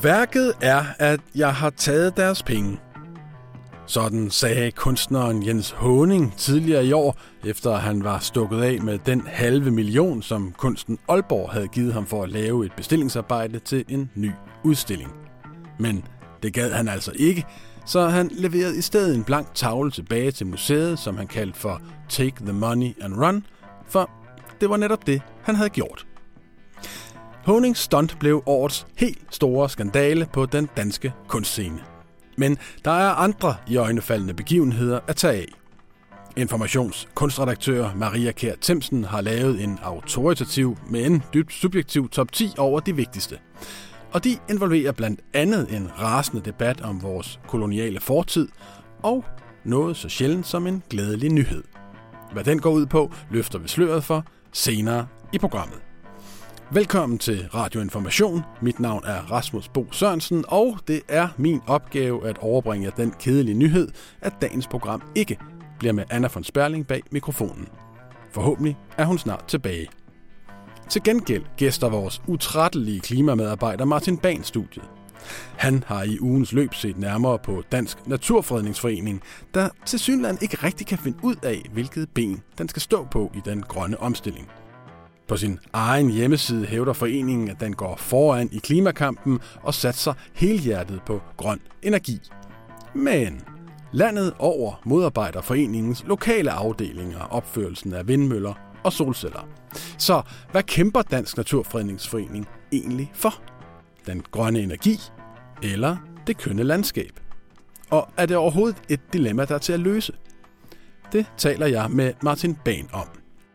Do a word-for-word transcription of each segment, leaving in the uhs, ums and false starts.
Værket er, at jeg har taget deres penge. Sådan sagde kunstneren Jens Haaning tidligere i år, efter at han var stukket af med den halve million, som Kunsten Aalborg havde givet ham for at lave et bestillingsarbejde til en ny udstilling. Men det gad han altså ikke, så han leverede i stedet en blank tavle tilbage til museet, som han kaldte for Take the Money and Run, for det var netop det, han havde gjort. Haanings stunt blev årets helt store skandale på den danske kunstscene. Men der er andre iøjnefaldende begivenheder at tage af. Informationskunstredaktør Maria Kjær Themsen har lavet en autoritativ, men dybt subjektiv top ti over de vigtigste. Og de involverer blandt andet en rasende debat om vores koloniale fortid og noget så sjældent som en glædelig nyhed. Hvad den går ud på, løfter vi sløret for senere i programmet. Velkommen til Radio Information. Mit navn er Rasmus Bo Sørensen, og det er min opgave at overbringe den kedelige nyhed, at dagens program ikke bliver med Anna von Sperling bag mikrofonen. Forhåbentlig er hun snart tilbage. Til gengæld gæster vores utrættelige klimamedarbejder Martin Bahn studiet. Han har i ugens løb set nærmere på Dansk Naturfredningsforening, der tilsyneladende ikke rigtig kan finde ud af, hvilket ben den skal stå på i den grønne omstilling. På sin egen hjemmeside hævder foreningen, at den går foran i klimakampen og satser helhjertet på grøn energi. Men landet over modarbejder foreningens lokale afdelinger, opførelsen af vindmøller og solceller. Så hvad kæmper Dansk Naturfredningsforening egentlig for? Den grønne energi eller det kønne landskab? Og er det overhovedet et dilemma, der er til at løse? Det taler jeg med Martin Bahn om.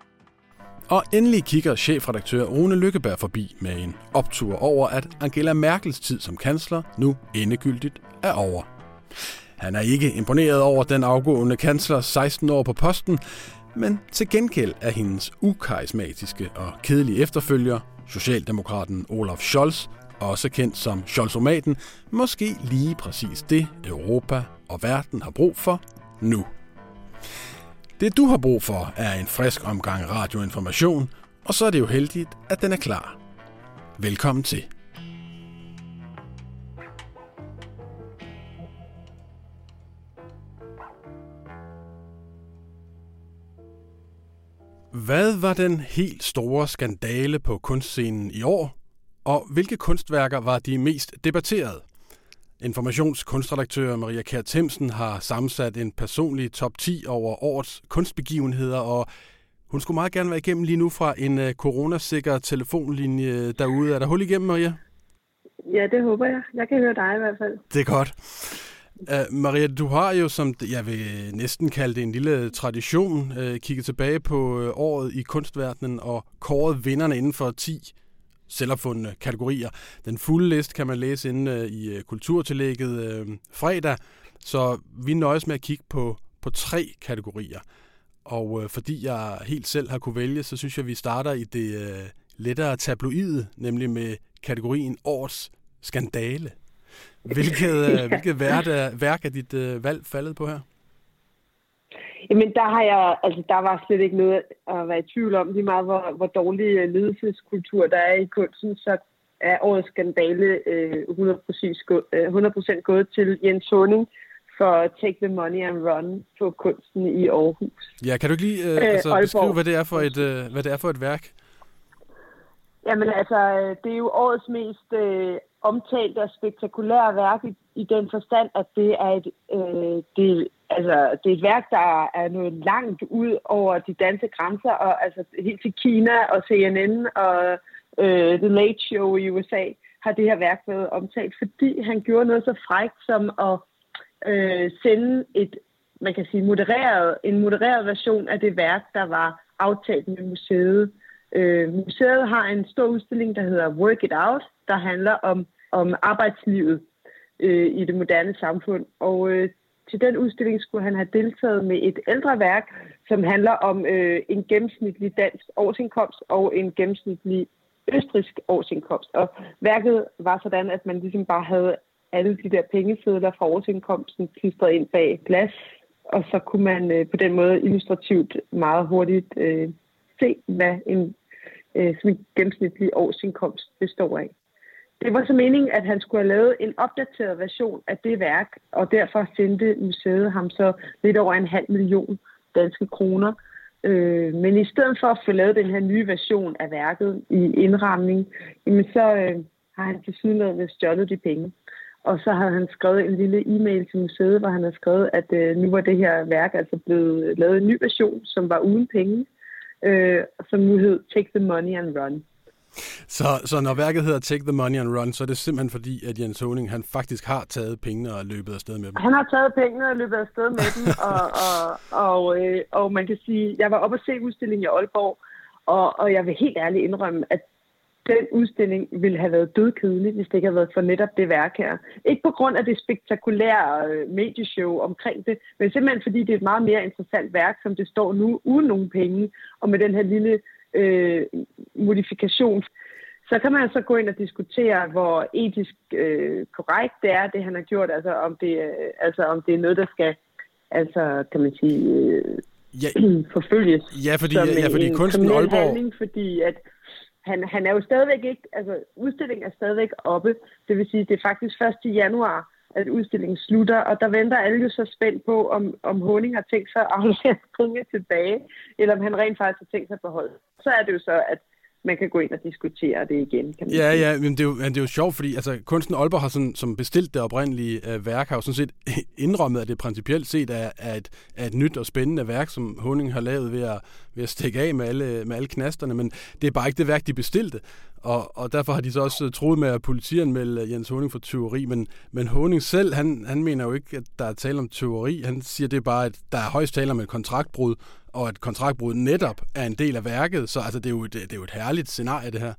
Og endelig kigger chefredaktør Rune Lykkeberg forbi med en optur over, at Angela Merkels tid som kansler nu endegyldigt er over. Han er ikke imponeret over den afgående kansler seksten år på posten, men til gengæld er hendes ukarismatiske og kedelige efterfølger, socialdemokraten Olaf Scholz, også kendt som Scholzomaten, måske lige præcis det Europa og verden har brug for nu. Det du har brug for er en frisk omgang radioinformation, og så er det jo heldigt, at den er klar. Velkommen til. Hvad var den helt store skandale på kunstscenen i år, og hvilke kunstværker var de mest debatterede? Informationskunstredaktør Maria Kjær Themsen har sammensat en personlig top ti over årets kunstbegivenheder, og hun skulle meget gerne være igennem lige nu fra en uh, coronasikker telefonlinje derude. Er der hul igennem, Maria? Ja, det håber jeg. Jeg kan høre dig i hvert fald. Det er godt. Uh, Maria, du har jo, som jeg vil næsten kalde det en lille tradition, uh, kigget tilbage på uh, året i kunstverdenen og kåret vinderne inden for ti selvopfundne kategorier. Den fulde liste kan man læse inde i uh, kulturtillægget uh, fredag, så vi nøjes med at kigge på, på tre kategorier. Og uh, fordi jeg helt selv har kunne vælge, så synes jeg, vi starter i det uh, lettere tabloide, nemlig med kategorien Årets Skandale. Hvilket, uh, hvilket værk, er, værk er dit uh, valg faldet på her? Jamen, der har jeg, altså der var slet ikke noget at være i tvivl om, lige meget hvor, hvor dårlig ledelseskultur der er i kunsten, så er årets skandale øh, hundrede procent gået til Jens Haaning for Take the Money and Run på kunsten i Aarhus. Ja, kan du ikke lige øh, altså, øh, beskrive, hvad det er for et, øh, hvad det er for et værk? Jamen altså, det er jo årets mest øh, omtalte og spektakulære værk i, i den forstand, at det er et øh, det Altså, det er et værk, der er noget langt ud over de danske grænser, og altså helt til Kina og C N N og øh, The Late Show i U S A har det her værk været omtalt, fordi han gjorde noget så frækt som at øh, sende et, man kan sige, modereret, en modereret version af det værk, der var aftalt med museet. Øh, museet har en stor udstilling, der hedder Work It Out, der handler om, om arbejdslivet øh, i det moderne samfund, og øh, til den udstilling skulle han have deltaget med et ældre værk, som handler om øh, en gennemsnitlig dansk årsindkomst og en gennemsnitlig østrigsk årsindkomst. Og værket var sådan, at man ligesom bare havde alle de der pengesedler fra årsindkomsten klistret ind bag glas, og så kunne man øh, på den måde illustrativt meget hurtigt øh, se, hvad en, øh, en gennemsnitlig årsindkomst består af. det var så meningen, at han skulle have lavet en opdateret version af det værk, og derfor sendte museet ham så lidt over en halv million danske kroner. Øh, men i stedet for at få lavet den her nye version af værket i indramning, jamen så øh, har han tilsyneladende stjålet de penge. Og så havde han skrevet en lille e-mail til museet, hvor han havde skrevet, at øh, nu var det her værk altså blevet lavet en ny version, som var uden penge, øh, som nu hed Take the Money and Run. Så, så når værket hedder Take the Money and Run, så er det simpelthen fordi, at Jens Haaning, han faktisk har taget pengene og løbet afsted med dem? Han har taget pengene og løbet afsted med dem, og, og, og, øh, og man kan sige, jeg var oppe at se udstillingen i Aalborg, og, og jeg vil helt ærligt indrømme, at den udstilling ville have været dødkedelig, hvis det ikke havde været for netop det værk her. Ikke på grund af det spektakulære øh, medieshow omkring det, men simpelthen fordi det er et meget mere interessant værk, som det står nu, uden nogen penge, og med den her lille øh, modifikation. Så kan man så gå ind og diskutere, hvor etisk øh, korrekt det er, det han har gjort, altså om det, øh, altså om det er noget, der skal, altså kan man sige, øh, ja, forfølges. Ja, fordi, ja, fordi kunsten Aalborg... handling, fordi at Han, han er jo stadigvæk ikke, altså udstillingen er stadigvæk oppe, det vil sige, det er faktisk først i januar, at udstillingen slutter, og der venter alle jo så spændt på, om, om Haaning har tænkt sig at aflevere penge tilbage, eller om han rent faktisk har tænkt sig at beholde. Så er det jo så, at man kan gå ind og diskutere det igen. Kan man ja, sige. ja, men det er jo, det er jo sjovt, fordi altså, kunsten Aalborg har sådan, som bestilt det oprindelige øh, værk, har jo sådan set indrømmet, at det principielt set er, er, et, er et nyt og spændende værk, som Haaning har lavet ved at, ved at stikke af med alle, med alle knasterne, men det er bare ikke det værk, de bestilte. Og, og derfor har de så også troet med at politianmelde Jens Haaning for tyveri, men, men Haaning selv, han, han mener jo ikke, at der er tale om tyveri. Han siger, det er bare, at der er højst tale om et kontraktbrud, og at kontraktbrud netop er en del af værket, så altså, det, er jo et, det er jo et herligt scenarie, det her.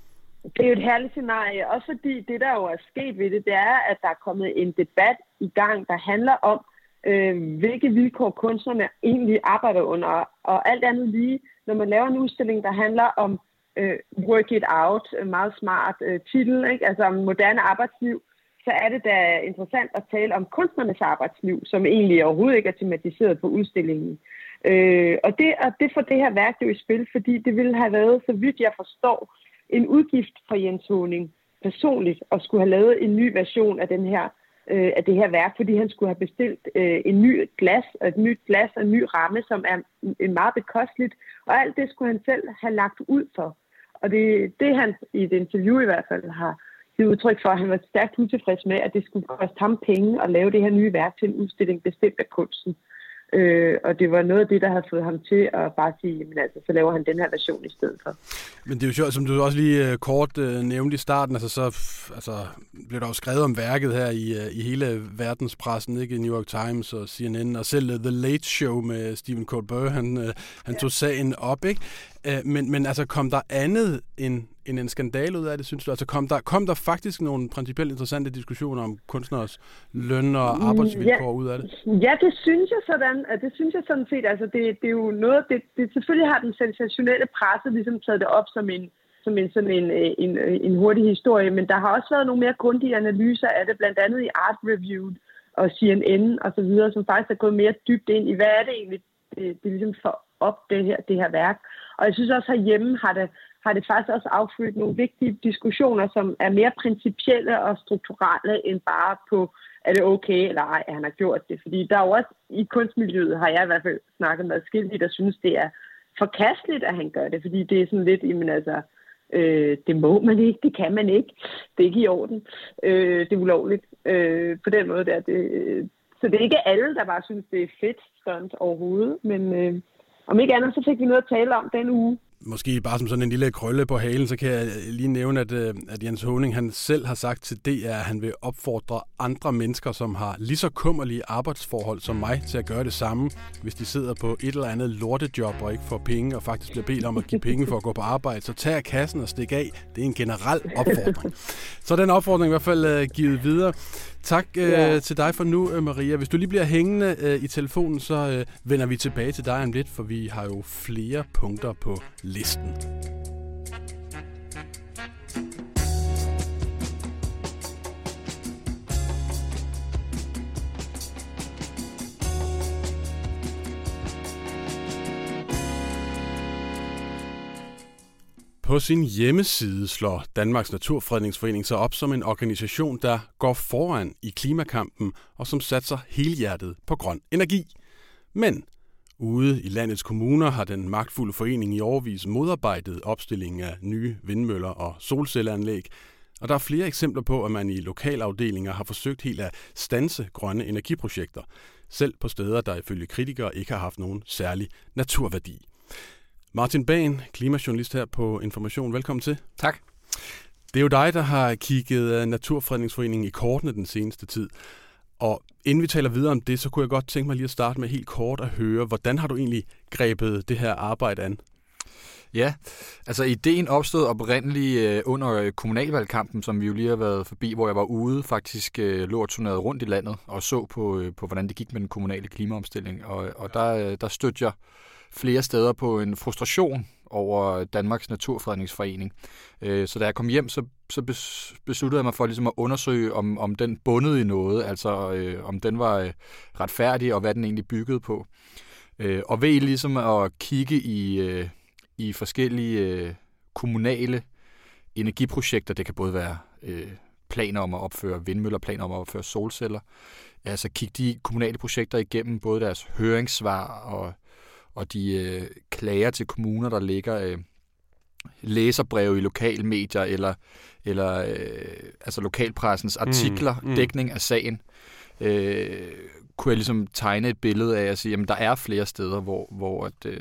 Det er jo et herligt scenarie, også fordi det, der jo er sket ved det, det er, at der er kommet en debat i gang, der handler om, øh, hvilke vilkår kunstnerne egentlig arbejder under, og alt andet lige, når man laver en udstilling, der handler om øh, work it out, meget smart øh, titel, ikke? Altså om moderne arbejdsliv, så er det da interessant at tale om kunstnernes arbejdsliv, som egentlig overhovedet ikke er tematiseret på udstillingen. Øh, og, det, og det får det her værk jo i spil, fordi det ville have været, så vidt jeg forstår, en udgift for Jens Haaning personligt at skulle have lavet en ny version af, den her, øh, af det her værk, fordi han skulle have bestilt øh, en ny glas, et nyt glas og en ny ramme, som er en meget bekosteligt, og alt det skulle han selv have lagt ud for. Og det, det han i et interview i hvert fald har givet udtryk for, at han var stærkt utilfreds med, at det skulle koste ham penge at lave det her nye værk til en udstilling bestemt af kunsten. Øh, og det var noget af det, der havde fået ham til at bare sige, jamen altså, så laver han den her version i stedet for. Men det er jo sjovt, som du også lige uh, kort uh, nævnte i starten, altså så altså, blev der jo skrevet om værket her i, uh, i hele verdenspressen, ikke? New York Times og C N N, og selv uh, The Late Show med Stephen Colbert, han, uh, han ja. tog sagen op, ikke? Uh, men, men altså, kom der andet end, end en skandale ud af det, synes du? Altså, kom der, kom der faktisk nogle principielt interessante diskussioner om kunstneres løn og arbejdsvilkår ja. ud af det? Ja, det synes jeg sådan. Det synes jeg sådan set. Altså, det, det er jo noget, det, det selvfølgelig har den sensationelle presse ligesom taget det op som en, som en, sådan en, en, en hurtig historie, men der har også været nogle mere grundige analyser af det, blandt andet i Art Review og C N N og så videre, som faktisk er gået mere dybt ind i, hvad er det egentlig, det, det ligesom får op det her, det her værk. Og jeg synes også herhjemme har det, har det faktisk også affødt nogle vigtige diskussioner, som er mere principielle og strukturelle end bare på, er det okay eller ej, at han har gjort det. Fordi der er jo også i kunstmiljøet, har jeg i hvert fald snakket med adskillige, der synes, det er forkasteligt, at han gør det. Fordi det er sådan lidt, jamen altså, øh, det må man ikke, det kan man ikke. Det er ikke i orden. Øh, det er ulovligt. Øh, på den måde der. Det, så det er ikke alle, der bare synes, det er fedt stunt overhovedet. Men øh, om ikke andet, så fik vi noget at tale om den uge. Måske bare som sådan en lille krølle på halen, så kan jeg lige nævne, at, at Jens Haaning han selv har sagt til D R, at han vil opfordre andre mennesker, som har lige så kummerlige arbejdsforhold som mig, til at gøre det samme, hvis de sidder på et eller andet lortejob og ikke får penge, og faktisk bliver bedt om at give penge for at gå på arbejde. Så tag kassen og stik af. Det er en generel opfordring. Så den opfordring i hvert fald uh, givet videre. Tak uh, ja. til dig for nu, Maria. Hvis du lige bliver hængende uh, i telefonen, så uh, vender vi tilbage til dig om lidt, for vi har jo flere punkter på listen. På sin hjemmeside slår Danmarks Naturfredningsforening sig op som en organisation, der går foran i klimakampen og som satser helhjertet på grøn energi. Men ude i landets kommuner har den magtfulde forening i årevis modarbejdet opstillingen af nye vindmøller og solcelleanlæg, og der er flere eksempler på, at man i lokalafdelinger har forsøgt helt at standse grønne energiprojekter, selv på steder, der ifølge kritikere ikke har haft nogen særlig naturværdi. Martin Bahn, klimajournalist her på Information. Velkommen til. Tak. Det er jo dig, der har kigget Naturfredningsforeningen i kortene den seneste tid. Og inden vi taler videre om det, så kunne jeg godt tænke mig lige at starte med helt kort at høre, hvordan har du egentlig grebet det her arbejde an? Ja, altså ideen opstod oprindeligt under kommunalvalgkampen, som vi jo lige har været forbi, hvor jeg var ude, faktisk lå og turnerede rundt i landet og så på, på hvordan det gik med den kommunale klimaomstilling. Og, og der, der stødte jeg flere steder på en frustration over Danmarks Naturfredningsforening. Så da jeg kom hjem, så, så besluttede jeg mig for ligesom at undersøge, om, om den bundede i noget, altså øh, om den var retfærdig, og hvad den egentlig byggede på. Øh, og ved ligesom at kigge i, øh, i forskellige øh, kommunale energiprojekter, det kan både være øh, planer om at opføre vindmøller, planer om at opføre solceller, altså kigge de kommunale projekter igennem, både deres høringssvar og og de øh, klager til kommuner, der ligger øh, læserbreve i lokalmedier eller, eller øh, altså lokalpressens artikler, mm, mm. dækning af sagen, øh, kunne jeg ligesom tegne et billede af at sige, at der er flere steder, hvor, hvor at, øh,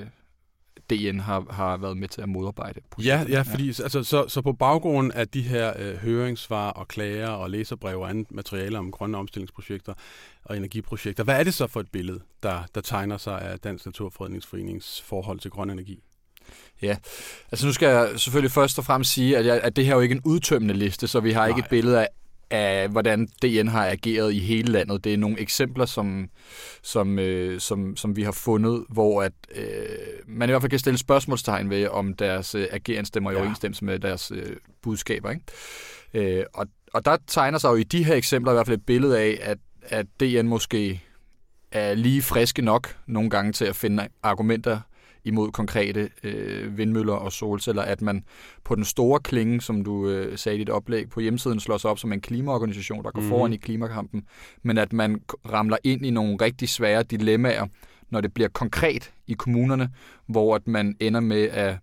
D N har, har været med til at modarbejde projektet. Ja, ja, fordi ja. Altså, så, så på baggrund af de her øh, høringssvar og klager og læserbreve og andet materiale om grønne omstillingsprojekter og energiprojekter, hvad er det så for et billede, der, der tegner sig af Dansk Naturfredningsforenings forhold til grøn energi? Ja, altså nu skal jeg selvfølgelig først og fremmest sige, at, jeg, at det her er jo ikke en udtømmende liste, så vi har Nej. ikke et billede af, af, hvordan D N har ageret i hele landet. Det er nogle eksempler, som, som, øh, som, som vi har fundet, hvor at, øh, man i hvert fald kan stille spørgsmålstegn ved, om deres øh, ageren stemmer i ja. overensstemmelse med deres øh, budskaber. Ikke? Øh, og, og der tegner sig jo i de her eksempler i hvert fald et billede af, at, at D N måske er lige friske nok nogle gange til at finde argumenter imod konkrete øh, vindmøller og solceller, at man på den store klinge, som du øh, sagde i dit oplæg, på hjemmesiden slår sig op som en klimaorganisation, der går mm. foran i klimakampen, men at man ramler ind i nogle rigtig svære dilemmaer, når det bliver konkret i kommunerne, hvor at man ender med at,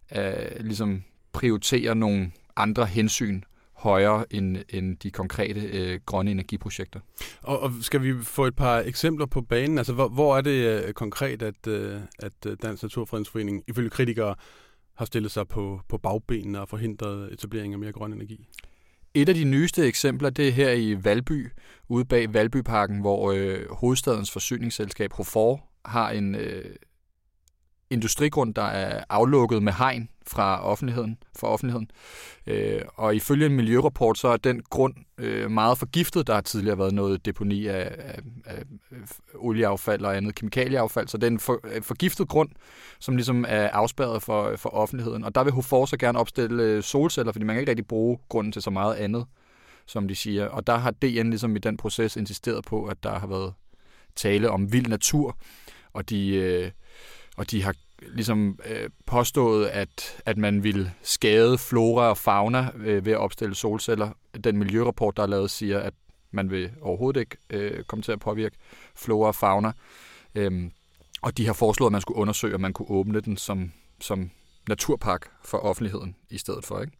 at ligesom prioritere nogle andre hensyn højere end, end de konkrete øh, grønne energiprojekter. Og, og skal vi få et par eksempler på banen? Altså, hvor, hvor er det øh, konkret, at, øh, at Dansk Naturfredningsforening ifølge kritikere har stillet sig på, på bagbenene og forhindret etablering af mere grøn energi? Et af de nyeste eksempler, det er her i Valby, ude bag Valbyparken, hvor øh, hovedstadens forsyningsselskab Hofor har en øh, industrigrund, der er aflukket med hegn fra offentligheden, for offentligheden. Øh, og ifølge en miljørapport, så er den grund øh, meget forgiftet. Der har tidligere været noget deponi af, af, af olieaffald og andet kemikalieaffald, så det er en for, forgiftet grund, som ligesom er afspærret for, for offentligheden. Og der vil Hofor så gerne opstille solceller, fordi man kan ikke rigtig bruge grunden til så meget andet, som de siger. Og der har D N ligesom i den proces insisteret på, at der har været tale om vild natur, og de, øh, og de har ligesom øh, påstået, at, at man vil skade flora og fauna øh, ved at opstille solceller. Den miljørapport, der er lavet, siger, at man vil overhovedet ikke øh, komme til at påvirke flora og fauna. Øhm, og de har foreslået, at man skulle undersøge, om man kunne åbne den som, som naturpark for offentligheden i stedet for. Ikke?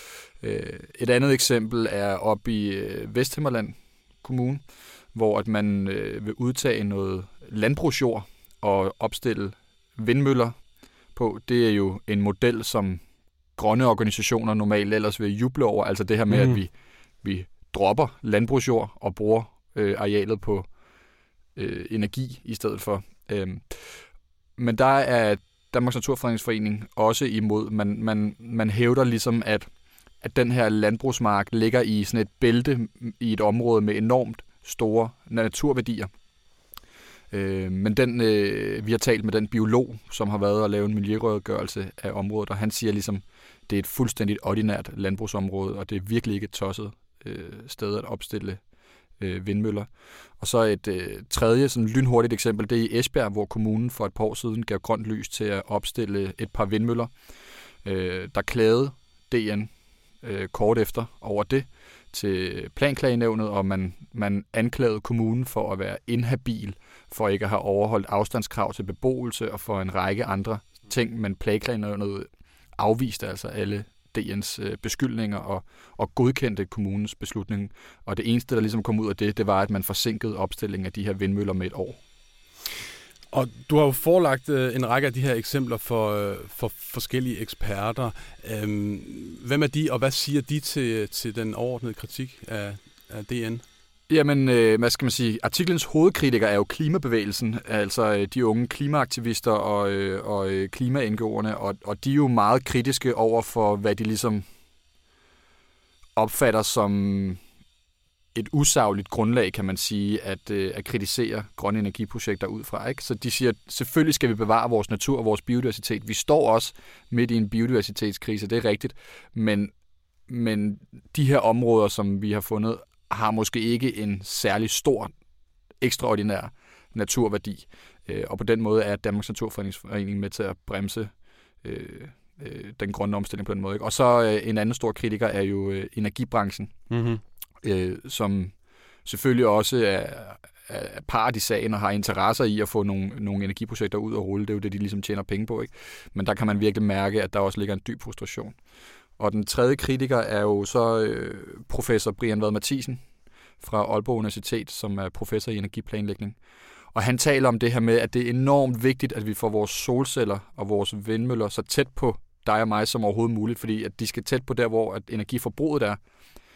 Øh, et andet eksempel er oppe i øh, Vesthimmerland Kommune, hvor at man øh, vil udtage noget landbrugsjord og opstille vindmøller på. Det er jo en model, som grønne organisationer normalt ellers vil juble over. Altså det her med, mm. at vi, vi dropper landbrugsjord og bruger øh, arealet på øh, energi i stedet for. Øhm, men der er Danmarks Naturfredningsforening også imod. Man, man, man hævder ligesom, at, at den her landbrugsmark ligger i sådan et bælte i et område med enormt store naturværdier. Øh, men den, øh, vi har talt med den biolog, som har været og lavet en miljøredegørelse af området, og han siger ligesom, det er et fuldstændigt ordinært landbrugsområde, og det er virkelig ikke et tosset øh, sted at opstille øh, vindmøller. Og så et øh, tredje sådan lynhurtigt eksempel, det er i Esbjerg, hvor kommunen for et par år siden gav grønt lys til at opstille et par vindmøller. Øh, der klagede D N øh, kort efter over det til Planklagenævnet, og man, man anklagede kommunen for at være inhabil, for ikke at have overholdt afstandskrav til beboelse og for en række andre ting, men Planklagenævnet afviste altså alle D N's øh, beskyldninger og, og godkendte kommunens beslutning. Og det eneste, der ligesom kom ud af det, det var, at man forsinkede opstillingen af de her vindmøller med et år. Og du har jo forelagt øh, en række af de her eksempler for, øh, for forskellige eksperter. Øhm, hvem er de, og hvad siger de til, til den overordnede kritik af, af D N? Jamen, øh, hvad skal man sige, artiklens hovedkritiker er jo klimabevægelsen, altså øh, de unge klimaaktivister og, øh, og øh, klima-N G O'erne, og, og de er jo meget kritiske over for, hvad de ligesom opfatter som et usagligt grundlag, kan man sige, at, øh, at kritisere grønne energiprojekter ud fra. Ikke? Så de siger, at selvfølgelig skal vi bevare vores natur og vores biodiversitet. Vi står også midt i en biodiversitetskrise, det er rigtigt, men, men de her områder, som vi har fundet, har måske ikke en særlig stor, ekstraordinær naturværdi. Øh, og på den måde er Danmarks Naturfredningsforening med til at bremse øh, øh, den grønne omstilling på den måde. Ikke? Og så øh, en anden stor kritiker er jo øh, energibranchen, mm-hmm. øh, som selvfølgelig også er, er part i sagen og har interesser i at få nogle, nogle energiprojekter ud og rulle. Det er jo det, de ligesom tjener penge på. Ikke? Men der kan man virkelig mærke, at der også ligger en dyb frustration. Og den tredje kritiker er jo så øh, professor Brian Vad Mathisen fra Aalborg Universitet, som er professor i energiplanlægning. Og han taler om det her med, at det er enormt vigtigt, at vi får vores solceller og vores vindmøller så tæt på dig og mig som overhovedet muligt, fordi at de skal tæt på der, hvor at energiforbruget er.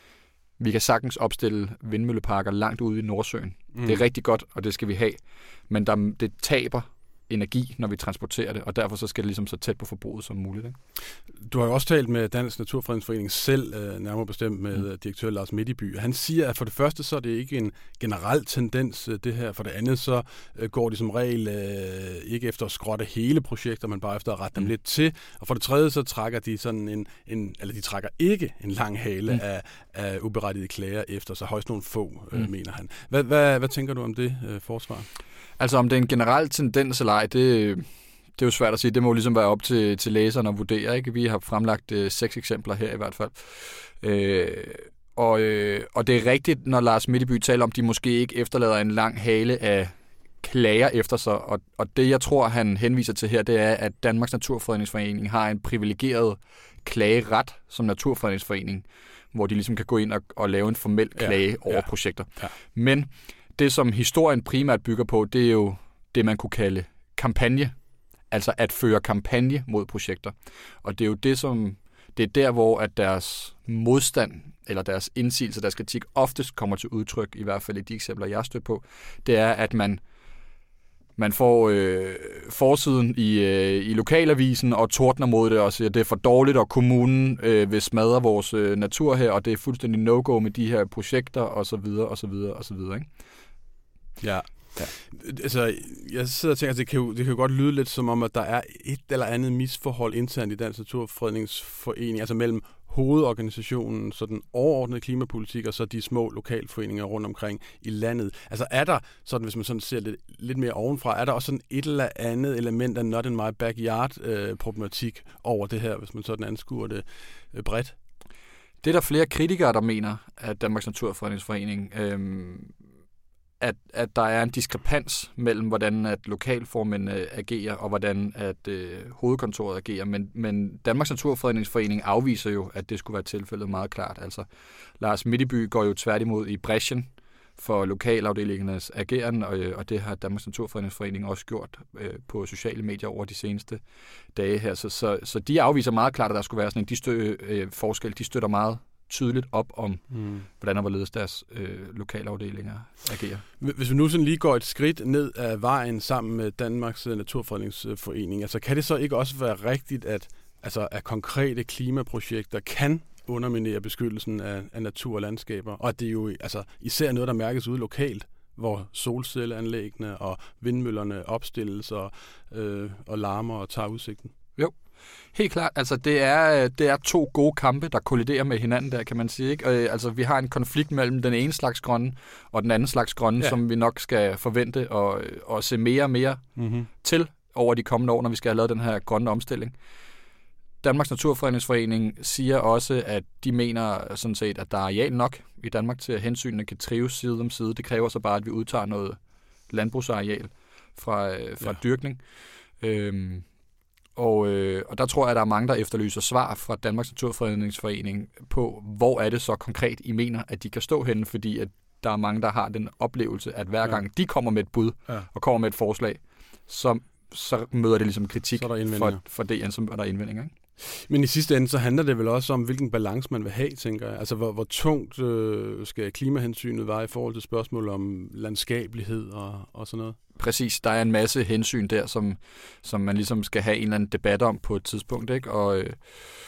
Vi kan sagtens opstille vindmølleparker langt ude i Nordsøen. Mm. Det er rigtig godt, og det skal vi have. Men der, det taber energi, når vi transporterer det, og derfor så skal det ligesom så tæt på forbruget som muligt. Ikke? Du har jo også talt med Dansk Naturfredningsforening selv, øh, nærmere bestemt med mm. direktør Lars Midtby. Han siger, at for det første så er det ikke en generel tendens, det her. For det andet så øh, går de som regel øh, ikke efter at skrotte hele projekter, men bare efter at rette dem mm. lidt til. Og for det tredje så trækker de sådan en, en eller de trækker ikke en lang hale mm. af, af uberettigede klager efter, så højst nogle få, øh, mm. mener han. Hvad, hvad, hvad tænker du om det øh, forsvar? Altså om det er en generel tendens eller ej, det, det er jo svært at sige. Det må jo ligesom være op til, til læseren at vurdere. Ikke? Vi har fremlagt øh, seks eksempler her i hvert fald. Øh, og, øh, og det er rigtigt, når Lars Midtby taler om, de måske ikke efterlader en lang hale af klager efter sig. Og, og det, jeg tror, han henviser til her, det er, at Danmarks Naturfredningsforening har en privilegeret klageret som naturfredningsforening, hvor de ligesom kan gå ind og, og lave en formel klage ja, over ja, projekter. Ja. Men det, som historien primært bygger på, det er jo det, man kunne kalde kampagne. Altså at føre kampagne mod projekter. Og det er jo det, som det er der, hvor at deres modstand eller deres indsigelse, deres kritik oftest kommer til udtryk, i hvert fald i de eksempler, jeg støtter på, det er, at man man får øh, forsiden i, øh, i lokalavisen og tordner mod det og siger, at det er for dårligt, og kommunen øh, vil smadre vores øh, natur her, og det er fuldstændig no-go med de her projekter, og så videre, og så videre, og så videre, ikke? Ja. Ja. Altså, jeg sidder og tænker, at det kan, jo, det kan jo godt lyde lidt som om, at der er et eller andet misforhold internt i Dansk Naturfredningsforening, altså mellem hovedorganisationen, så den overordnede klimapolitik, og så de små lokalforeninger rundt omkring i landet. Altså er der, sådan, hvis man sådan ser lidt, lidt mere ovenfra, er der også sådan et eller andet element af not in my backyard-problematik øh, over det her, hvis man sådan anskuer det øh, bredt? Det er der flere kritikere, der mener, at Danmarks Naturfredningsforening øhm At, at der er en diskrepans mellem, hvordan at lokalformændene agerer, og hvordan at øh, hovedkontoret agerer. Men, men Danmarks Naturfredningsforening afviser jo, at det skulle være tilfældet meget klart. Altså, Lars Midtby går jo tværtimod i brechen for lokalafdelingernes ageren, og, og det har Danmarks Naturfredningsforening også gjort øh, på sociale medier over de seneste dage her. Så, så, så de afviser meget klart, at der skulle være sådan en de stø, øh, forskel. De støtter meget tydeligt op om, mm. hvordan og hvorledes deres øh, lokalafdelinger agerer. Hvis vi nu sådan lige går et skridt ned ad vejen sammen med Danmarks Naturfredningsforening, altså kan det så ikke også være rigtigt, at, altså, at konkrete klimaprojekter kan underminere beskyttelsen af, af natur og landskaber, og at det jo altså, især noget, der mærkes ude lokalt, hvor solcelleanlæggene og vindmøllerne opstilles og, øh, og larmer og tager udsigten? Jo. Helt klart. Altså, det er, det er to gode kampe, der kolliderer med hinanden der, kan man sige. Ikke? Og, altså, vi har en konflikt mellem den ene slags grønne og den anden slags grønne, ja. Som vi nok skal forvente og, og se mere og mere mm-hmm. til over de kommende år, når vi skal have lavet den her grønne omstilling. Danmarks Naturfredningsforening siger også, at de mener sådan set, at der er areal nok i Danmark til, at hensynene kan trives side om side. Det kræver så bare, at vi udtager noget landbrugsareal fra, fra ja. dyrkning. Øhm, og, øh, og der tror jeg, at der er mange, der efterlyser svar fra Danmarks Naturfredningsforening på, hvor er det så konkret, I mener, at de kan stå henne, fordi at der er mange, der har den oplevelse, at hver gang ja. de kommer med et bud ja. og kommer med et forslag, så, så møder det ligesom kritik for, for det, så er der indvendinger, ikke? Men i sidste ende, så handler det vel også om, hvilken balance man vil have, tænker jeg. Altså, hvor, hvor tungt øh, skal klimahensynet være i forhold til spørgsmål om landskabelighed og, og sådan noget? Præcis. Der er en masse hensyn der, som, som man ligesom skal have en eller anden debat om på et tidspunkt, ikke? Og, øh,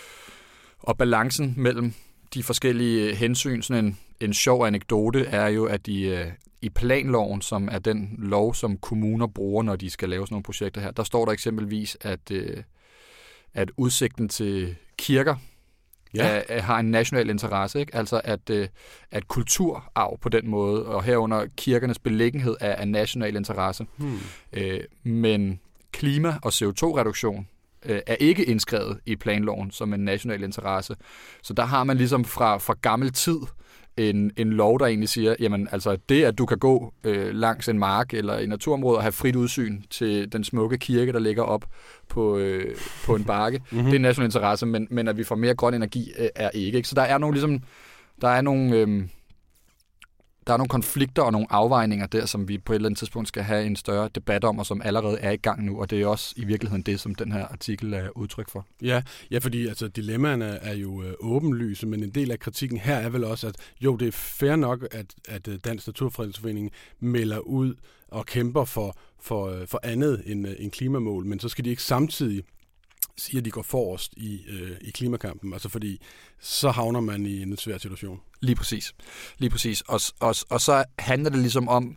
og balancen mellem de forskellige hensyn, sådan en, en sjov anekdote, er jo, at i, øh, i planloven, som er den lov, som kommuner bruger, når de skal lave sådan nogle projekter her, der står der eksempelvis, at øh, at udsigten til kirker ja. er, er, har en national interesse, ikke? Altså at, øh, at kulturarv på den måde, og herunder kirkernes beliggenhed er af national interesse. Hmm. Øh, men klima- og C O to reduktion øh, er ikke indskrevet i planloven som en national interesse. Så der har man ligesom fra, fra gammel tid En, en lov, der egentlig siger, jamen altså det, at du kan gå øh, langs en mark eller i naturområder og have frit udsyn til den smukke kirke, der ligger op på, øh, på en bakke, mm-hmm. det er en national interesse, men, men at vi får mere grøn energi øh, er ikke, ikke. Så der er nogle ligesom, der er nogle, øh, der er nogle konflikter og nogle afvejninger der, som vi på et eller andet tidspunkt skal have en større debat om, og som allerede er i gang nu, og det er også i virkeligheden det, som den her artikel er udtryk for. Ja, ja, fordi altså, dilemmaerne er jo øh, åbenlyse, men en del af kritikken her er vel også, at jo, det er fair nok, at, at Dansk Naturfredningsforening melder ud og kæmper for, for, for andet end, end klimamål, men så skal de ikke samtidig sige, at de går forrest i, øh, i klimakampen, altså fordi så havner man i en svær situation. Lige præcis. Lige præcis. Og, og, og så handler det ligesom om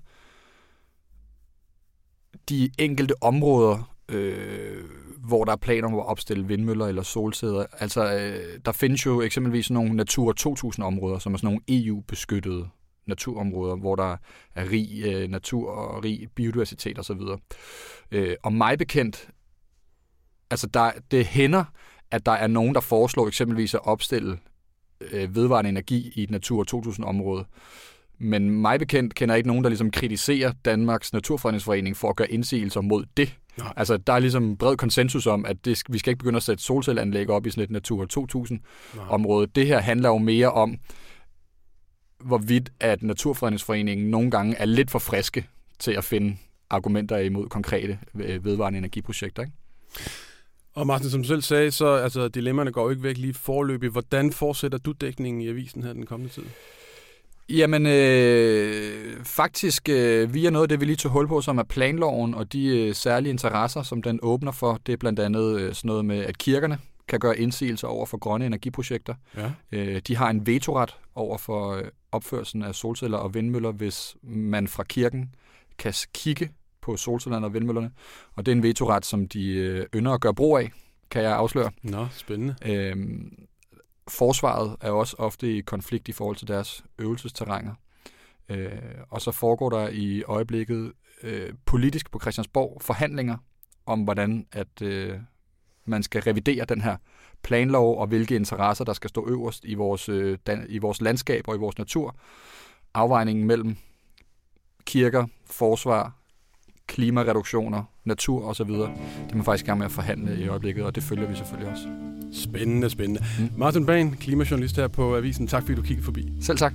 de enkelte områder, øh, hvor der er planer om at opstille vindmøller eller solceller. Altså, øh, der findes jo eksempelvis nogle Natura to tusind områder, som er sådan nogle E U-beskyttede naturområder, hvor der er rig øh, natur og rig biodiversitet osv. Øh, og mig bekendt, altså der, det hænder, at der er nogen, der foreslår eksempelvis at opstille øh, vedvarende energi i et Natura to tusind-område. Men mig bekendt kender jeg ikke nogen, der ligesom kritiserer Danmarks Naturfredningsforening for at gøre indsigelser mod det. Nej. Altså, der er ligesom bred konsensus om, at det, vi skal ikke begynde at sætte solcelleanlæg op i sådan et Natura to tusind-område. Det her handler jo mere om, hvorvidt at Naturfredningsforeningen nogle gange er lidt for friske til at finde argumenter imod konkrete vedvarende energiprojekter, ikke? Og Martin, som du selv sagde, så altså, dilemmaerne går jo ikke væk lige forløbig. Hvordan fortsætter du dækningen i avisen her den kommende tid? Jamen, øh, faktisk øh, via noget af det, vi lige tog hul på, som er planloven og de øh, særlige interesser, som den åbner for. Det er blandt andet øh, sådan noget med, at kirkerne kan gøre indsigelser over for grønne energiprojekter. Ja. Øh, de har en vetoret over for øh, opførelsen af solceller og vindmøller, hvis man fra kirken kan kigge på solcellerne og vindmøllerne. Og det er en vetoret, som de øh, ynder at gøre brug af, kan jeg afsløre. Nå, spændende. Øhm, forsvaret er også ofte i konflikt i forhold til deres øvelsesterrænger. Øh, og så foregår der i øjeblikket øh, politisk på Christiansborg forhandlinger om, hvordan at øh, man skal revidere den her planlov, og hvilke interesser, der skal stå øverst i vores, øh, dan- i vores landskab og i vores natur. Afvejningen mellem kirker, forsvar, klimareduktioner, natur osv. Det er man faktisk i gang med at forhandle i øjeblikket, og det følger vi selvfølgelig også. Spændende, spændende. Mm. Martin Bahn, klimajournalist her på Avisen. Tak fordi du kiggede forbi. Selv tak.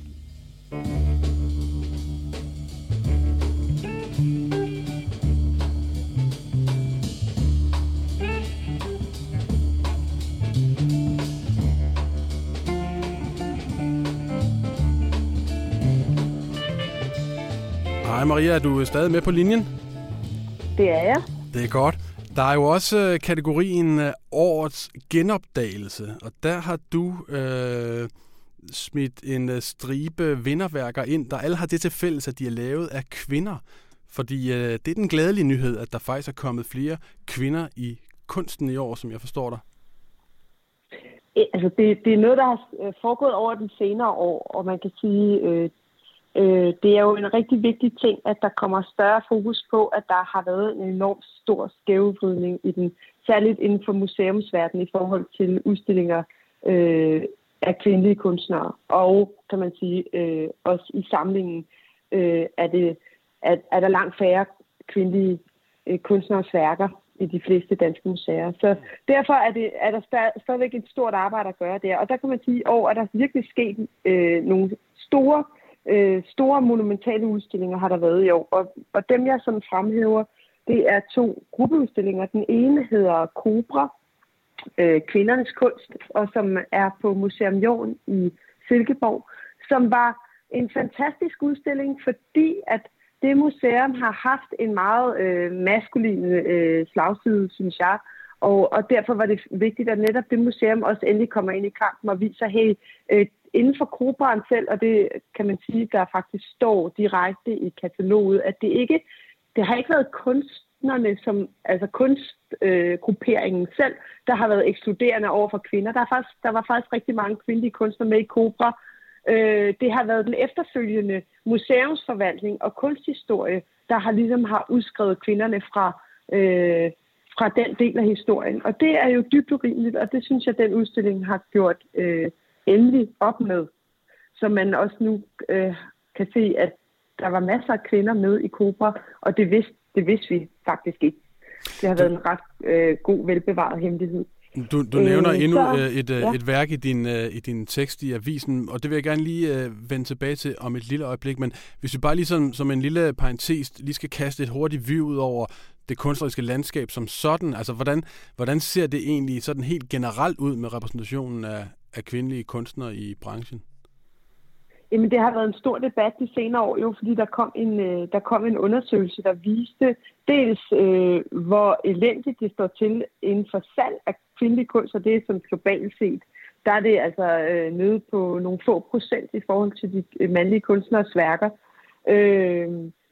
Hej Maria, er du stadig med på linjen? Det er jeg. Det er godt. Der er jo også kategorien årets genopdagelse, og der har du øh, smidt en stribe vinderværker ind, der alle har det til fælles, at de er lavet af kvinder. Fordi øh, det er den glædelige nyhed, at der faktisk er kommet flere kvinder i kunsten i år, som jeg forstår dig. Altså det, det er noget, der har foregået over de senere år, og man kan sige, øh, Øh, det er jo en rigtig vigtig ting, at der kommer større fokus på, at der har været en enormt stor skævvridning i den, særligt inden for museumsverdenen i forhold til udstillinger øh, af kvindelige kunstnere. Og kan man sige, øh, også i samlingen øh, er, det, er, er der langt færre kvindelige øh, kunstneres værker i de fleste danske museer. Så derfor er, det, er der stad, stadigvæk et stort arbejde at gøre der. Og der kan man sige, at år er der virkelig sket øh, nogle store Øh, store monumentale udstillinger har der været i år, og, og dem jeg sådan fremhæver, det er to gruppeudstillinger. Den ene hedder Cobra, øh, kvindernes kunst, og som er på Museum Jorn i Silkeborg, som var en fantastisk udstilling, fordi at det museum har haft en meget øh, maskulin øh, slagside, synes jeg, og, og derfor var det vigtigt, at netop det museum også endelig kommer ind i kampen og viser, hey, øh, inden for Cobraen selv, og det kan man sige, der faktisk står direkte i kataloget, at det ikke, det har ikke været kunstnerne, som, altså kunstgrupperingen øh, selv, der har været ekskluderende over for kvinder. Der, er faktisk, der var faktisk rigtig mange kvindelige kunstnere med i Cobra. Øh, det har været den efterfølgende museumsforvaltning og kunsthistorie, der har ligesom har udskrevet kvinderne fra, øh, fra den del af historien. Og det er jo dybt urimeligt, og det synes jeg, den udstilling har gjort øh, endelig op med, så man også nu øh, kan se, at der var masser af kvinder med i Cobra, og det vidste, det vidste vi faktisk ikke. Det har været en ret øh, god, velbevaret hemmelighed. Du, du nævner øh, endnu så, et, ja. et værk i din, i din tekst i avisen, og det vil jeg gerne lige uh, vende tilbage til om et lille øjeblik, men hvis vi bare lige som, som en lille parentes lige skal kaste et hurtigt view ud over det kunstneriske landskab som sådan, altså hvordan, hvordan ser det egentlig sådan helt generelt ud med repræsentationen af, af kvindelige kunstnere i branchen? Jamen, det har været en stor debat de senere år, jo, fordi der kom en, øh, der kom en undersøgelse, der viste dels, øh, hvor elendigt det står til inden for salg af kvindelige kunst, og det er som globalt set. Der er det altså øh, nede på nogle få procent i forhold til de mandlige kunstneres værker. Øh,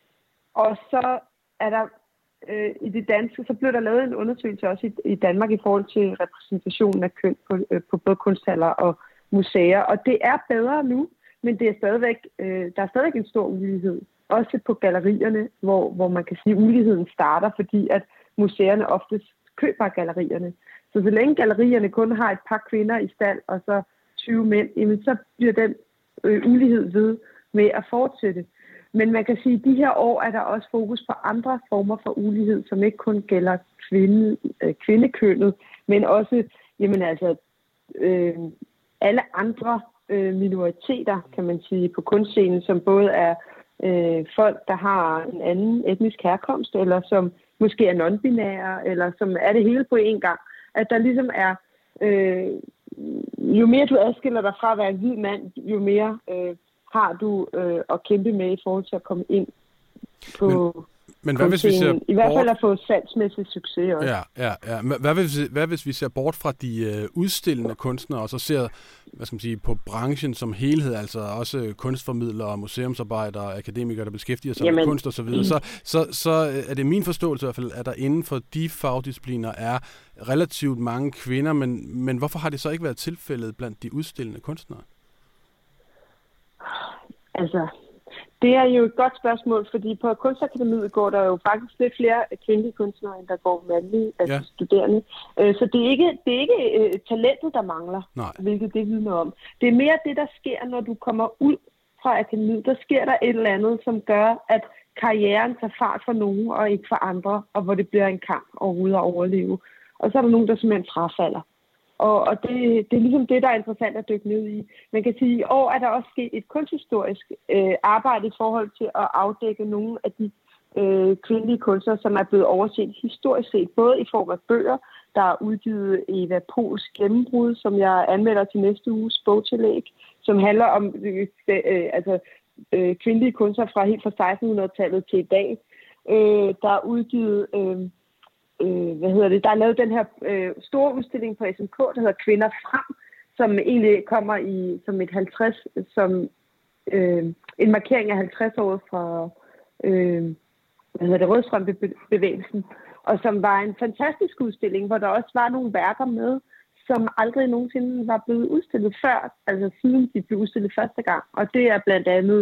og så er der øh, i det danske, så blev der lavet en undersøgelse også i, i Danmark i forhold til repræsentationen af køn på, øh, på både kunsthaller og museer, og det er bedre nu. Men det er stadigvæk, øh, der er stadigvæk en stor ulighed. Også på gallerierne, hvor, hvor man kan sige, at uligheden starter, fordi at museerne oftest køber gallerierne. Så så længe gallerierne kun har et par kvinder i stald, og så tyve mænd, jamen, så bliver den øh, ulighed ved med at fortsætte. Men man kan sige, at de her år er der også fokus på andre former for ulighed, som ikke kun gælder kvinde, øh, kvindekønnet, men også jamen, altså, øh, alle andre minoriteter, kan man sige, på kunstscenen, som både er øh, folk, der har en anden etnisk herkomst, eller som måske er non-binære, eller som er det hele på én gang. At der ligesom er, øh, jo mere du adskiller dig fra at være en hvid mand, jo mere øh, har du øh, at kæmpe med i forhold til at komme ind på Men... Men hvad hvis vi ser I hvert fald at få salgsmæssig succes også. Ja, ja, ja. Hvad hvis, hvad hvis vi ser bort fra de øh, udstillende kunstnere, og så ser, hvad skal man sige, på branchen som helhed, altså også kunstformidlere, museumsarbejdere, akademikere, der beskæftiger sig Jamen. med kunst og så videre, så, så, så er det min forståelse i hvert fald, at der inden for de fagdiscipliner er relativt mange kvinder, men, men hvorfor har det så ikke været tilfældet blandt de udstillende kunstnere? Altså... Det er jo et godt spørgsmål, fordi på Kunstakademiet går der jo faktisk lidt flere kvindelige kunstnere, end der går mandlige, altså ja. studerende. Så det er ikke, det er ikke talentet, der mangler, Nej. hvilket det vidner om. Det er mere det, der sker, når du kommer ud fra akademiet. Der sker der et eller andet, som gør, at karrieren tager fart for nogen og ikke for andre, og hvor det bliver en kamp overhovedet at overleve. Og så er der nogen, der simpelthen frafalder. Og, og det, det er ligesom det, der er interessant at dykke ned i. Man kan sige, at i år er der også sket et kunsthistorisk øh, arbejde i forhold til at afdække nogle af de øh, kvindelige kunstnere, som er blevet overset historisk set, både i form af bøger, der er udgivet Eva Pohls Gennembrud, som jeg anmelder til næste uges bogtillæg, som handler om øh, øh, altså, øh, kvindelige kunstnere fra helt fra sekstenhundredetallet til i dag. Øh, der er udgivet... Øh, Øh, hvad hedder det? Der er lavet den her øh, store udstilling på S M K, der hedder Kvinder Frem, som egentlig kommer i som et halvtreds, som øh, en markering af halvtreds år fra øh, hvad hedder det, Rødstrømpebevægelsen, og som var en fantastisk udstilling, hvor der også var nogle værker med, som aldrig nogensinde var blevet udstillet før, altså siden de blev udstillet første gang. Og det er blandt andet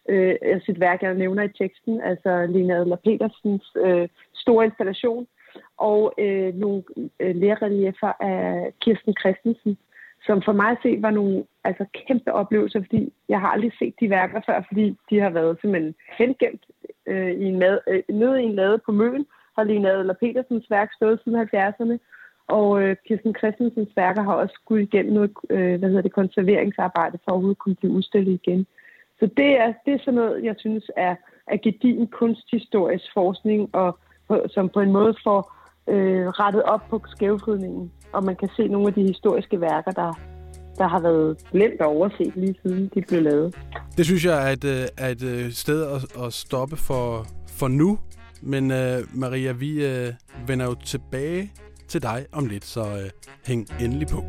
øh, sit værk, jeg nævner i teksten, altså Lene Adler-Petersens øh, store installation, og øh, nogle øh, lærerrelieffer af Kirsten Christensen, som for mig at se var nogle altså, kæmpe oplevelser, fordi jeg har aldrig set de værker før, fordi de har været simpelthen hengemt øh, i en mad, øh, nede i en lade på Møn, har Lene Adler-Petersens værk stået siden halvfjerdserne, og øh, Kirsten Christensens værker har også skudt igennem noget øh, hvad hedder det, konserveringsarbejde for at overhovedet kunne blive udstillet igen. Så det er, det er sådan noget, jeg synes er, er gedigen kunsthistorisk forskning, og på, som på en måde får øh, rettet op på skævvridningen, og man kan se nogle af de historiske værker, der, der har været glemt og overset lige siden de blev lavet. Det synes jeg er et, er et sted at, at stoppe for, for nu, men uh, Maria, vi uh, vender jo tilbage til dig om lidt, så uh, hæng endelig på.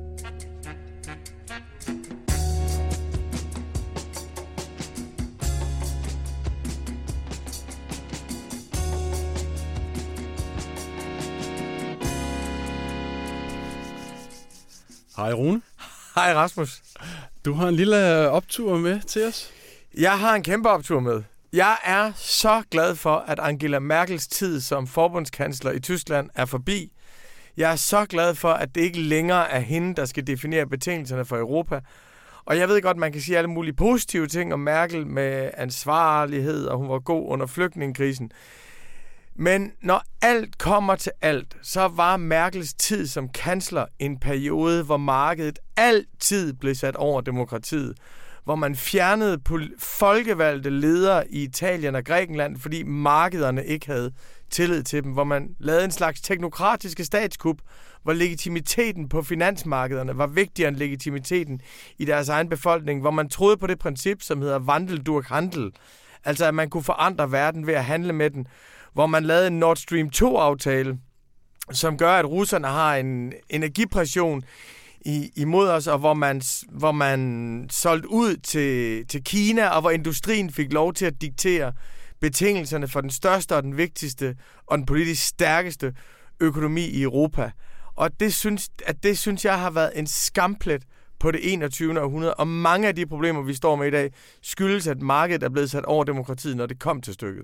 Hej Rune. Hej Rasmus. Du har en lille optur med til os. Jeg har en kæmpe optur med. Jeg er så glad for, at Angela Merkels tid som forbundskansler i Tyskland er forbi. Jeg er så glad for, at det ikke længere er hende, der skal definere betingelserne for Europa. Og jeg ved godt, man kan sige alle mulige positive ting om Merkel med ansvarlighed, og hun var god under flygtningekrisen. Men når alt kommer til alt, så var Merkels tid som kansler en periode, hvor markedet altid blev sat over demokratiet. Hvor man fjernede folkevalgte ledere i Italien og Grækenland, fordi markederne ikke havde tillid til dem. Hvor man lavede en slags teknokratiske statskup, hvor legitimiteten på finansmarkederne var vigtigere end legitimiteten i deres egen befolkning. Hvor man troede på det princip, som hedder Wandel durch Handel. Altså at man kunne forandre verden ved at handle med den. Hvor man lavede en Nord Stream to-aftale, som gør, at russerne har en energipression i, imod os, og hvor man, hvor man solgte ud til, til Kina, og hvor industrien fik lov til at diktere betingelserne for den største og den vigtigste og den politisk stærkeste økonomi i Europa. Og det synes, at det synes jeg har været en skamplet på det enogtyvende århundrede, og mange af de problemer, vi står med i dag, skyldes, at markedet er blevet sat over demokratiet, når det kom til stykket.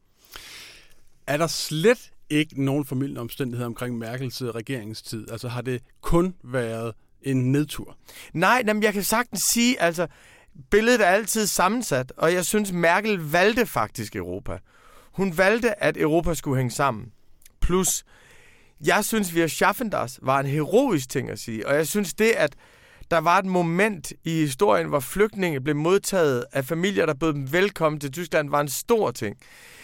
Er der slet ikke nogen formildende omstændigheder omkring Merkels regeringstid? Altså har det kun været en nedtur? Nej, jamen, jeg kan sagtens sige, altså billedet er altid sammensat, og jeg synes, Merkel valgte faktisk Europa. Hun valgte, at Europa skulle hænge sammen. Plus, jeg synes, wir schaffen das var en heroisk ting at sige, og jeg synes det, at der var et moment i historien, hvor flygtninge blev modtaget af familier, der bød dem velkommen til Tyskland, var en stor ting.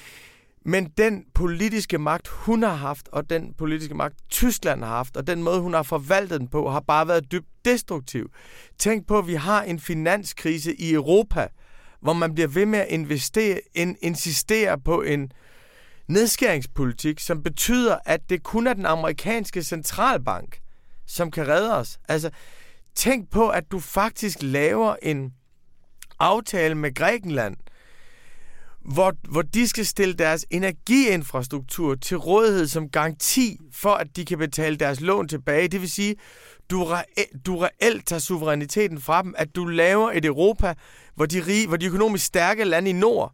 Men den politiske magt, hun har haft, og den politiske magt, Tyskland har haft, og den måde, hun har forvaltet den på, har bare været dybt destruktiv. Tænk på, at vi har en finanskrise i Europa, hvor man bliver ved med at investere, in, insistere på en nedskæringspolitik, som betyder, at det kun er den amerikanske centralbank, som kan redde os. Altså, tænk på, at du faktisk laver en aftale med Grækenland, Hvor, hvor de skal stille deres energiinfrastruktur til rådighed som garanti for, at de kan betale deres lån tilbage. Det vil sige, du, re- du reelt tager suveræniteten fra dem, at du laver et Europa, hvor de, rige, hvor de økonomisk stærke lande i nord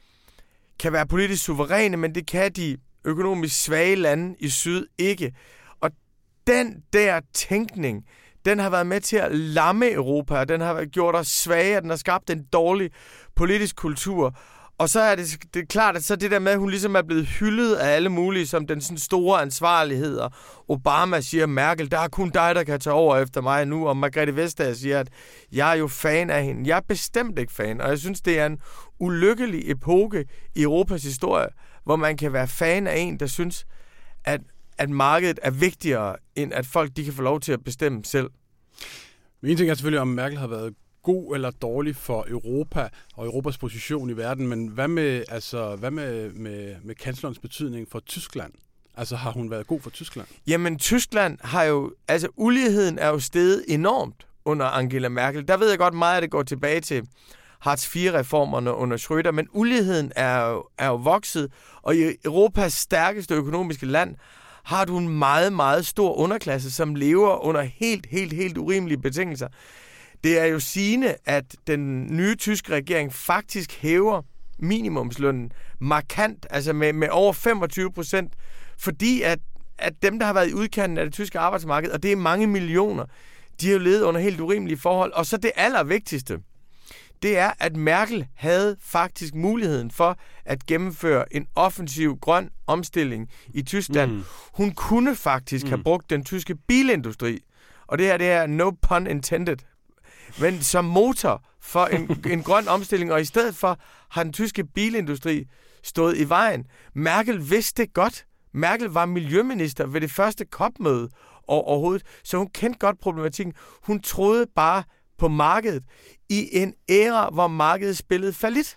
kan være politisk suveræne, men det kan de økonomisk svage lande i syd ikke. Og den der tænkning, den har været med til at lamme Europa, og den har gjort os svage, og den har skabt en dårlig politisk kultur. Og så er det, det er klart, at så det der med, at hun ligesom er blevet hyldet af alle mulige som den sådan store ansvarlighed, og Obama siger, Merkel, der er kun dig, der kan tage over efter mig nu, og Margrethe Vestager siger, at jeg er jo fan af hende. Jeg er bestemt ikke fan, og jeg synes, det er en ulykkelig epoke i Europas historie, hvor man kan være fan af en, der synes, at, at markedet er vigtigere, end at folk de kan få lov til at bestemme selv. Men en ting er selvfølgelig, om Merkel har været god eller dårlig for Europa og Europas position i verden, men hvad med, altså, hvad med, med, med kanslerens betydning for Tyskland? Altså, har hun været god for Tyskland? Jamen, Tyskland har jo, altså uligheden er jo steget enormt under Angela Merkel. Der ved jeg godt meget, at det går tilbage til Hartz fire-reformerne under Schröder, men uligheden er jo, er jo vokset, og i Europas stærkeste økonomiske land har du en meget, meget stor underklasse, som lever under helt, helt, helt urimelige betingelser. Det er jo sigende, at den nye tyske regering faktisk hæver minimumslønnen markant, altså med, med over femogtyve procent, fordi at, at dem, der har været i udkanten af det tyske arbejdsmarked, og det er mange millioner, de har jo levet under helt urimelige forhold. Og så det allervigtigste, det er, at Merkel havde faktisk muligheden for at gennemføre en offensiv grøn omstilling i Tyskland. Mm. Hun kunne faktisk mm. have brugt den tyske bilindustri, og det her, det er no pun intended, men som motor for en, en grøn omstilling, og i stedet for har den tyske bilindustri stået i vejen. Merkel vidste det godt. Merkel var miljøminister ved det første COP-møde overhovedet, så hun kendte godt problematikken. Hun troede bare på markedet i en æra, hvor markedet spillede fallit.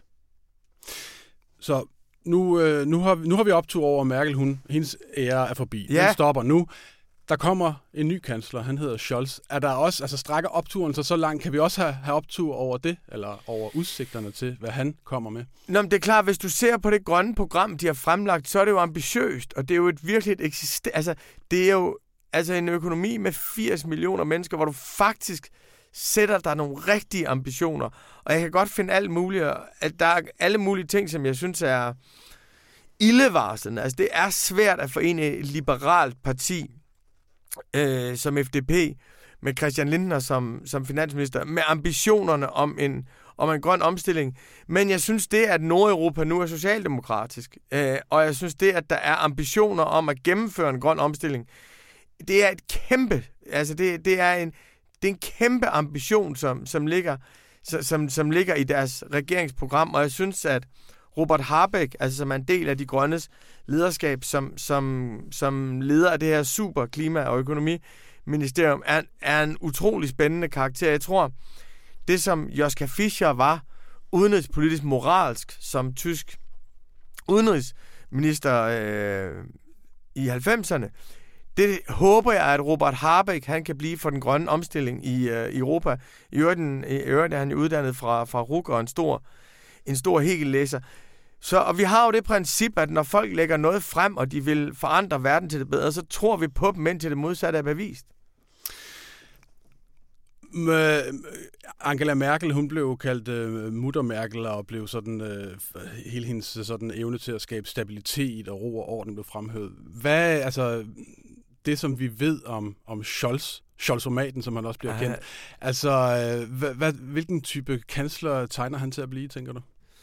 Så nu, øh, nu, har, nu har vi optur over, at Merkel, hun, hendes æra er forbi. Ja. Den stopper nu. Der kommer en ny kansler, han hedder Scholz. Er der også, altså strækker opturen så så langt, kan vi også have, have optur over det, eller over udsigterne til, hvad han kommer med? Nå, men det er klart, hvis du ser på det grønne program, de har fremlagt, så er det jo ambitiøst, og det er jo et virkelig eksisten... Altså, det er jo altså en økonomi med firs millioner mennesker, hvor du faktisk sætter der nogle rigtige ambitioner. Og jeg kan godt finde alt muligt, at der er alle mulige ting, som jeg synes er ildevarslende. Altså, det er svært at forene et liberalt parti, Øh, som F D P, med Christian Lindner som, som finansminister, med ambitionerne om en, om en grøn omstilling. Men jeg synes det, at Nordeuropa nu er socialdemokratisk, øh, og jeg synes det, at der er ambitioner om at gennemføre en grøn omstilling, det er et kæmpe, altså det, det er en, det er en kæmpe ambition, som, som, ligger, som, som ligger i deres regeringsprogram, og jeg synes, at Robert Habeck, altså som er en del af de grønnes lederskab, som, som, som leder af det her super klima- og økonomiministerium, er, er en utrolig spændende karakter. Jeg tror, det som Joschka Fischer var udenrigspolitisk moralsk som tysk udenrigsminister øh, i halvfemserne, det håber jeg, at Robert Habeck han kan blive for den grønne omstilling i øh, Europa. I øvrigt, i øvrigt er han uddannet fra, fra R U C og en stor, en stor Hegel-læser. Så, og vi har jo det princip, at når folk lægger noget frem, og de vil forandre verden til det bedre, så tror vi på dem, indtil det modsatte er bevist. Angela Merkel, hun blev kaldt uh, Mutter Merkel, og blev sådan, uh, hele hendes sådan, evne til at skabe stabilitet og ro og orden blev fremhævet. Hvad, altså, det som vi ved om, om Scholz, Scholzomaten, som han også bliver kendt, altså, uh, hvad, hvad, hvilken type kansler tegner han til at blive, tænker du?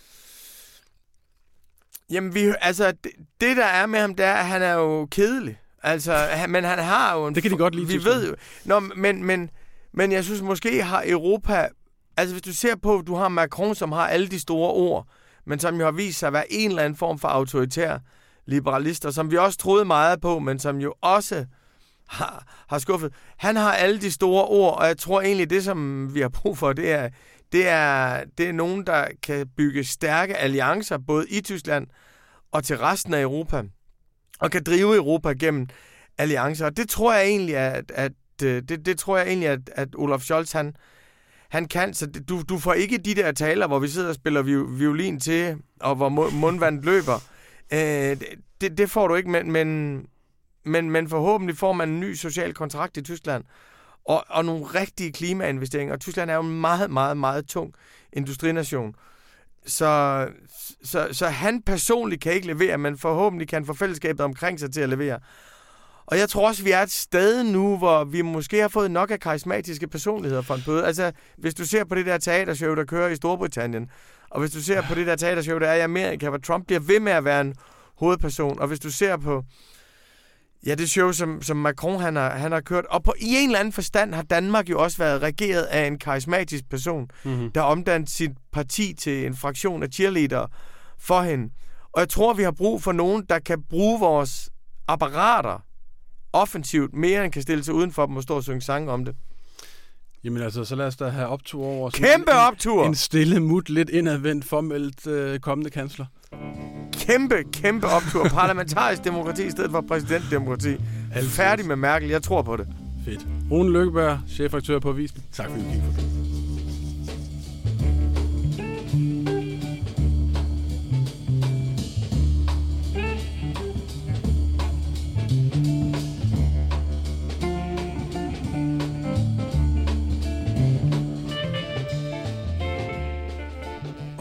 Jamen, vi, altså, det, det der er med ham, det er, at han er jo kedelig. Altså, han, men han har jo en... Det kan de godt lide. Vi ved jo... Nå, men, men, men jeg synes måske har Europa... Altså, hvis du ser på, du har Macron, som har alle de store ord, men som jo har vist sig at være en eller anden form for autoritær liberalister, som vi også troede meget på, men som jo også har, har skuffet. Han har alle de store ord, og jeg tror egentlig, det som vi har brug for, det er... Det er, det er nogen, der kan bygge stærke alliancer, både i Tyskland og til resten af Europa, og kan drive Europa gennem alliancer. Og det tror jeg egentlig, at, at, det, det tror jeg egentlig, at, at Olaf Scholz, han, han kan. Så du, du får ikke de der taler, hvor vi sidder og spiller violin til, og hvor mundvandet løber. Øh, det, det får du ikke, men, men, men, men forhåbentlig får man en ny social kontrakt i Tyskland, Og, og nogle rigtige klimainvesteringer. Og Tyskland er jo en meget, meget, meget tung industrination. Så, så, så han personligt kan ikke levere, men forhåbentlig kan få fællesskabet omkring sig til at levere. Og jeg tror også, vi er et sted nu, hvor vi måske har fået nok af karismatiske personligheder for en bøde. Altså, hvis du ser på det der teatershow, der kører i Storbritannien, og hvis du ser på det der teatershow, der er i Amerika, hvor Trump bliver ved med at være en hovedperson, og hvis du ser på ja, det show, som, som Macron han har, han har kørt. Og på, i en eller anden forstand har Danmark jo også været regeret af en karismatisk person, mm-hmm. der omdannet sit parti til en fraktion af cheerleadere for hende. Og jeg tror, vi har brug for nogen, der kan bruge vores apparater offensivt, mere end kan stille sig udenfor dem og stå og synge sange om det. Jamen altså, så lad os da have optur over. Kæmpe en, optur! En stille mut, lidt indadvendt, formelt øh, kommende kansler. Kæmpe, kæmpe optur. Parlamentarisk demokrati i stedet for præsidentdemokrati. Færdig med Merkel. Jeg tror på det. Fedt. Rune Lykkeberg, chefredaktør på Avisen. Tak fordi du gik forbi.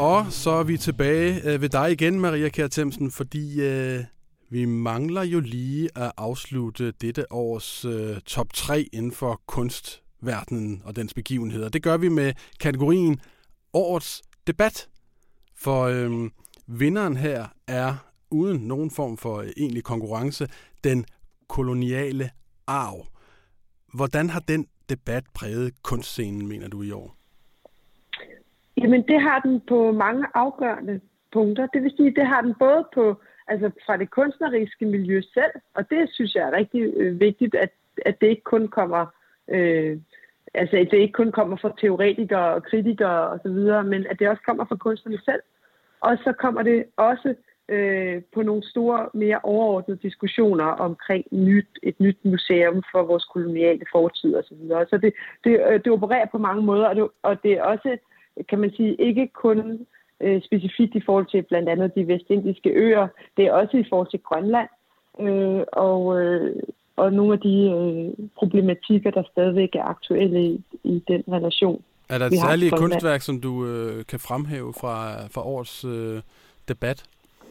Og så er vi tilbage ved dig igen, Maria Kjær Themsen, fordi øh, vi mangler jo lige at afslutte dette års øh, top tre inden for kunstverdenen og dens begivenheder. Det gør vi med kategorien Årets Debat. For øh, vinderen her er uden nogen form for egentlig konkurrence den koloniale arv. Hvordan har den debat præget kunstscenen, mener du, i år? Jamen, det har den på mange afgørende punkter. Det vil sige, det har den både på, altså fra det kunstneriske miljø selv, og det synes jeg er rigtig øh, vigtigt, at, at det ikke kun kommer, øh, altså at det ikke kun kommer fra teoretikere og kritikere og så videre, men at det også kommer fra kunstnerne selv. Og så kommer det også øh, på nogle store, mere overordnede diskussioner omkring nyt, et nyt museum for vores koloniale fortid og så videre. Så det, det, det opererer på mange måder, og det, og det er også, kan man sige, ikke kun øh, specifikt i forhold til blandt andet de vestindiske øer, det er også i forhold til Grønland øh, og, øh, og nogle af de øh, problematikker, der stadigvæk er aktuelle i, i den relation. Er der et særligt kunstværk, som du øh, kan fremhæve fra, fra årets øh, debat?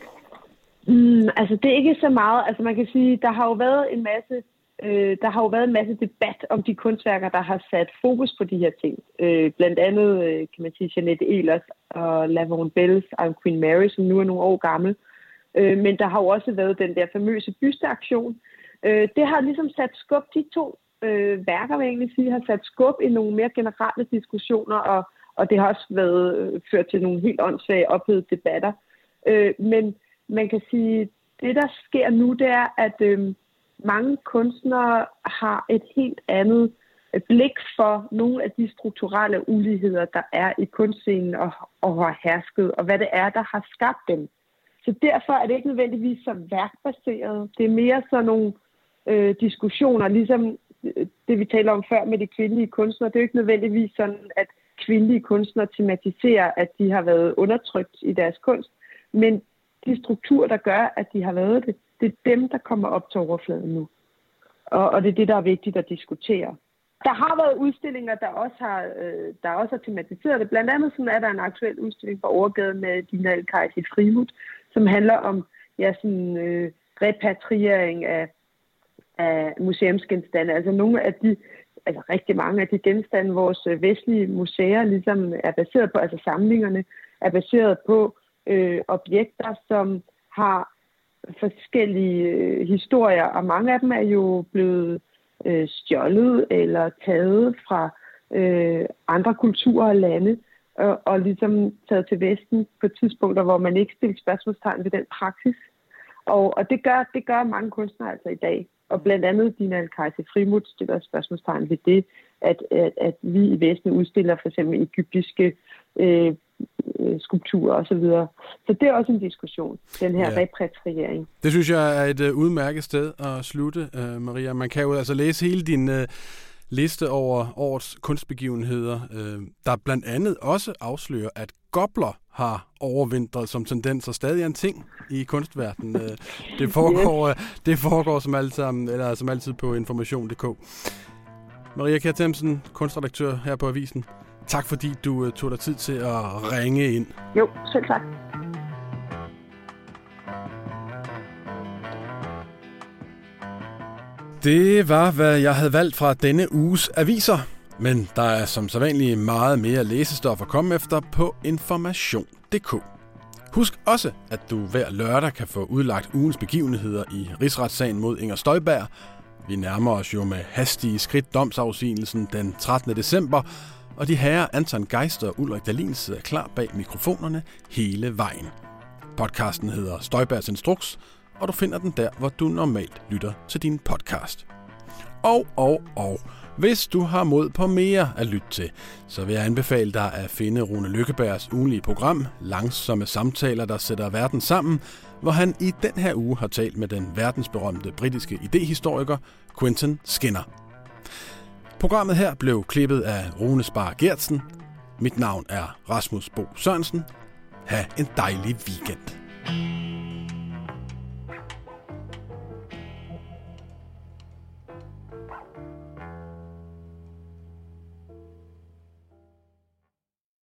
Mm, altså det er ikke så meget. Altså man kan sige, der har jo været en masse Øh, der har jo været en masse debat om de kunstværker, der har sat fokus på de her ting. Øh, blandt andet, øh, kan man sige, Jeanette Ehlers og Laverne Bells I'm Queen Mary, som nu er nogle år gammel. Øh, men der har jo også været den der famøse bysteaktion. Øh, det har ligesom sat skub, de to øh, værker, vil jeg egentlig sige, har sat skub i nogle mere generelle diskussioner, og, og det har også været øh, ført til nogle helt åndssvage ophedede debatter. Øh, men man kan sige, det der sker nu, det er, at øh, mange kunstnere har et helt andet blik for nogle af de strukturelle uligheder, der er i kunstscenen og, og har hersket, og hvad det er, der har skabt dem. Så derfor er det ikke nødvendigvis så værkbaseret. Det er mere sådan nogle øh, diskussioner, ligesom det vi taler om før med de kvindelige kunstnere. Det er jo ikke nødvendigvis sådan, at kvindelige kunstnere tematiserer, at de har været undertrykt i deres kunst, men de strukturer, der gør, at de har været det, det er dem, der kommer op til overfladen nu. Og, og det er det, der er vigtigt at diskutere. Der har været udstillinger, der også har, øh, der også har tematiseret det. Blandt andet sådan er der en aktuel udstilling på Overgaden med Dina El-Khaisi Frimut, som handler om ja, sådan, øh, repatriering af, af museumsgenstande. Altså nogle af de, altså rigtig mange af de genstande, vores vestlige museer ligesom er baseret på, altså samlingerne er baseret på øh, objekter, som har forskellige øh, historier, og mange af dem er jo blevet øh, stjålet eller taget fra øh, andre kulturer og lande, og, og ligesom taget til Vesten på tidspunkter, hvor man ikke stiller spørgsmålstegn ved den praksis. Og, og det gør det gør mange kunstnere altså i dag. Og blandt andet Dina El-Khaisi Frimut stiller spørgsmålstegn ved det, at, at, at vi i Vesten udstiller for eksempel egyptiske øh, skulpturer og så videre. Så det er også en diskussion, den her ja. repatriering. Det synes jeg er et uh, udmærket sted at slutte, uh, Maria. Man kan jo altså læse hele din uh, liste over årets kunstbegivenheder, uh, der blandt andet også afslører, at gobler har overvintret som tendens og stadig er en ting i kunstverdenen. Uh, det foregår, uh, det foregår som, altid, eller som altid på information punktum d k. Maria Kjær Themsen, kunstredaktør her på Avisen. Tak fordi du uh, tog dig tid til at ringe ind. Jo, selv tak. Det var, hvad jeg havde valgt fra denne uges aviser. Men der er som sædvanligt meget mere læsestof at komme efter på information punktum d k. Husk også, at du hver lørdag kan få udlagt ugens begivenheder i rigsretssagen mod Inger Støjberg. Vi nærmer os jo med hastige skridt domsafsigelsen den trettende december, og de herrer Anton Geister og Ulrik Dahlin sidder klar bag mikrofonerne hele vejen. Podcasten hedder Støjbergs Instruks, og du finder den der, hvor du normalt lytter til din podcast. Og, og, og, hvis du har mod på mere at lytte til, så vil jeg anbefale dig at finde Rune Lykkebergs ugenlige program, Langsomme Samtaler, der sætter verden sammen, hvor han i den her uge har talt med den verdensberømte britiske idehistoriker Quentin Skinner. Programmet her blev klippet af Rune Spar Gertsen. Mit navn er Rasmus Bo Sørensen. Ha' en dejlig weekend.